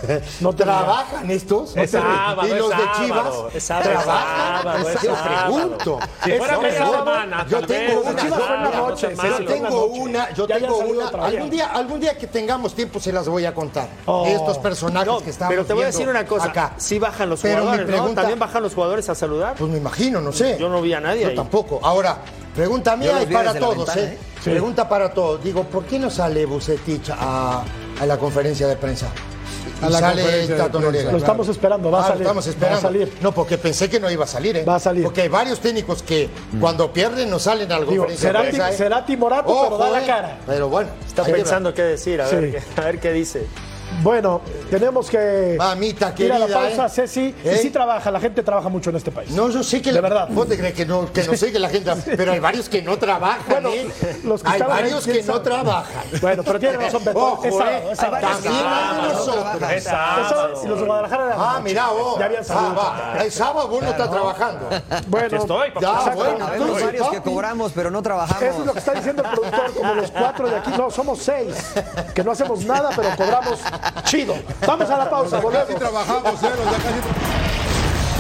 No te ¿trabajan estos? Es sábado, y los es de sábado, Chivas es sábado, trabajan. es Yo sábado. pregunto. Si fuera Eso media pregunto. semana, yo tal tengo vez, una, Chivas fue en la yo- noche, yo se fue en la tengo noche. una, yo Ya tengo habían salido una. otra vez. Algún día, algún día que tengamos tiempo se las voy a contar. Oh. Estos personajes No, que estamos pero te voy a viendo decir una cosa. acá. Sí bajan los Pero mi jugadores, ¿no? pregunta- También bajan los jugadores a saludar. Pues me imagino, no sé. Yo no vi a nadie Yo ahí. tampoco. Ahora, pregunta Yo mía los y vi para desde la todos, ventana, ¿eh? ¿eh? Sí. Pregunta para todos. Digo, ¿por qué no sale Bucetich a, a la conferencia de prensa? Y A la sale conferencia de Tato prensa. Noriega. Lo estamos esperando, va a Ah, lo salir. estamos esperando. Va a salir. No, porque pensé que no iba a salir, ¿eh? Va a salir. Porque hay varios técnicos que cuando pierden no salen a la Digo, conferencia será de prensa. ti- ¿eh? será timorato, pero da la ¿eh? cara. Pero bueno. Está hay que- pensando qué decir, a, Sí. ver, qué, a ver qué dice. Bueno, tenemos que Mamita ir a la querida, pausa, ¿eh? Ceci. ¿Eh? Y sí trabaja, la gente trabaja mucho en este país. No, yo sé que De la, verdad. Vos te crees que no, que no sé que la gente. Pero hay varios que no trabajan, Bueno, ¿eh? los que hay estaban ahí, varios ¿quién que no sabe? trabajan. Bueno, pero tiene razón, Beto. Ojo, es sábado, ¿eh? es sábado. También hay de nosotros. Es sábado. Eso, y los de Guadalajara eran Ah, noche. mira vos. Ya habían salido. Ah, va. El sábado vos no estás trabajando. Bueno, Aquí estoy, papá. Ya, exacto. bueno. Habemos Entonces, varios que papi. cobramos, pero no trabajamos. Eso es lo que está diciendo el productor, como los cuatro de aquí. No, somos seis, que no hacemos nada, pero cobramos chido. Vamos a la pausa, volvemos. Casi trabajamos, ¿eh? Los de acá sí tra-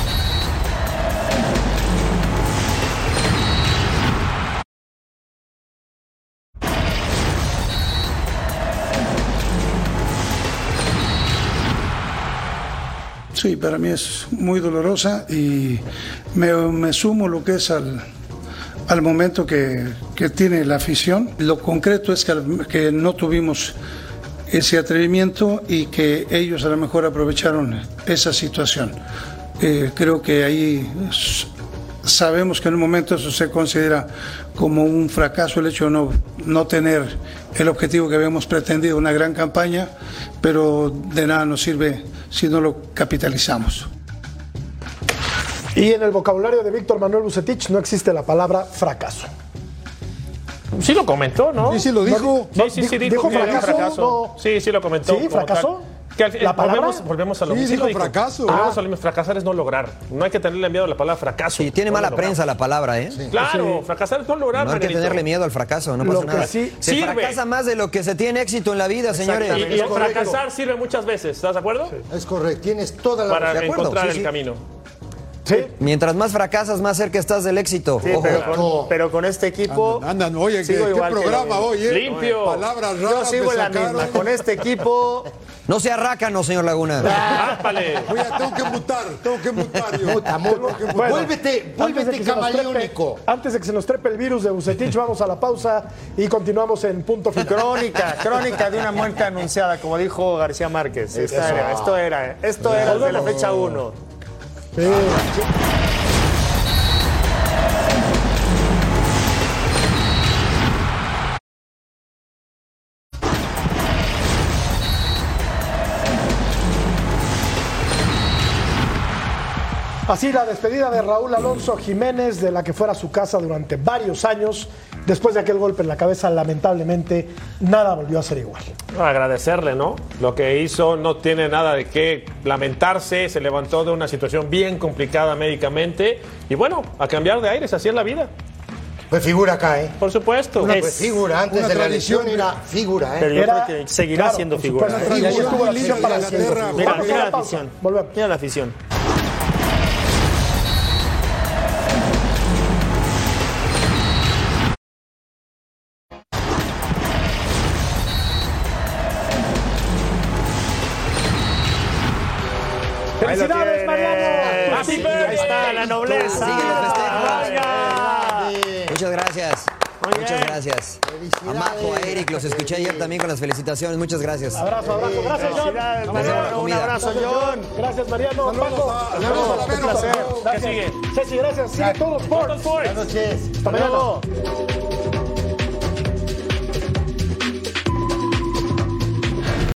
Sí, para mí es muy dolorosa y me, me sumo lo que es al, al momento que, que tiene la afición. Lo concreto es que, que no tuvimos ese atrevimiento y que ellos a lo mejor aprovecharon esa situación. Eh, creo que ahí sabemos que en un momento eso se considera como un fracaso, el hecho de no, no tener el objetivo que habíamos pretendido, una gran campaña, pero de nada nos sirve si no lo capitalizamos. Y en el vocabulario de Víctor Manuel Vucetich no existe la palabra fracaso. Sí lo comentó, ¿no? Sí, sí lo dijo. Sí, sí, sí, dijo, ¿Dijo que era un fracaso? fracaso. No. Sí, sí lo comentó. ¿Sí? ¿Fracasó? Que al- ¿La palabra? volvemos, volvemos a lo Sí, mismo. dijo lo fracaso. Volvemos Ah. a lo mismo. Fracasar es no lograr. No hay que tenerle miedo a la palabra fracaso. Sí, tiene No mala lo logramos. prensa la palabra, ¿eh? Claro, fracasar es no lograr, No hay que Manuelito. tenerle miedo al fracaso, no Lo pasa que nada. sí Se sirve. fracasa más de lo que se tiene éxito en la vida, señores. Y, y el fracasar sirve muchas veces, ¿estás de acuerdo? Es correcto, tienes toda la Para De acuerdo, encontrar sí, el sí. camino. Sí. Mientras más fracasas, más cerca estás del éxito. Sí, Ojo. pero, con, pero con este equipo. Andan, andan, oye, ¿qué, sigo qué igual que programa lo hoy, eh? Limpio. Palabras Yo raras sigo me en la sacaron. misma. Con este equipo. No sea rácano, señor Laguna. ¡Ápale! Oye, tengo que mutar, tengo que mutar yo. Muta, muta. Tengo que mutar. Bueno, Vuélvete, antes de vuélvete que se nos camaleónico. trepe- Antes de que se nos trepe el virus de Vucetich, vamos a la pausa y continuamos en punto final. Crónica, crónica de una muerte anunciada, como dijo García Márquez. Esta era, esto era, esto era de la fecha uno. Así la despedida de Raúl Alonso Jiménez, de la que fuera su casa durante varios años. Después de aquel golpe en la cabeza, lamentablemente, nada volvió a ser igual. Agradecerle, ¿no? Lo que hizo no tiene nada de qué lamentarse. Se levantó de una situación bien complicada médicamente. Y bueno, a cambiar de aires, así es la vida. Pues figura acá, ¿eh? Por supuesto. Una Es- pues figura, antes una de la tradición, lesión era figura, ¿eh? Pero yo Era- creo que seguirá claro, siendo por figura. supuesto, ¿eh? y ahí estuvo la Liga afición de para Inglaterra, siempre. Mira, Vamos a mira la la pausa. afición. Volvemos. Mira la afición. ¡Felicidades, Mariano! Happy birthday. Ahí está la nobleza. Sigue el festejo. Venga. Muchas gracias. Muy Muchas bien. gracias. A Majo, a Eric, los escuché ayer también con las felicitaciones. Muchas gracias. Abrazo, abrazo. Gracias, John. Felicidades, Nos vemos la Mariano. Un comida. abrazo, John. Gracias, Mariano. Paco. Saludos, Un placer. ¿Qué sigue? Ceci, gracias. Sigue todo Sports. Sports. Buenas noches. Hasta mañana.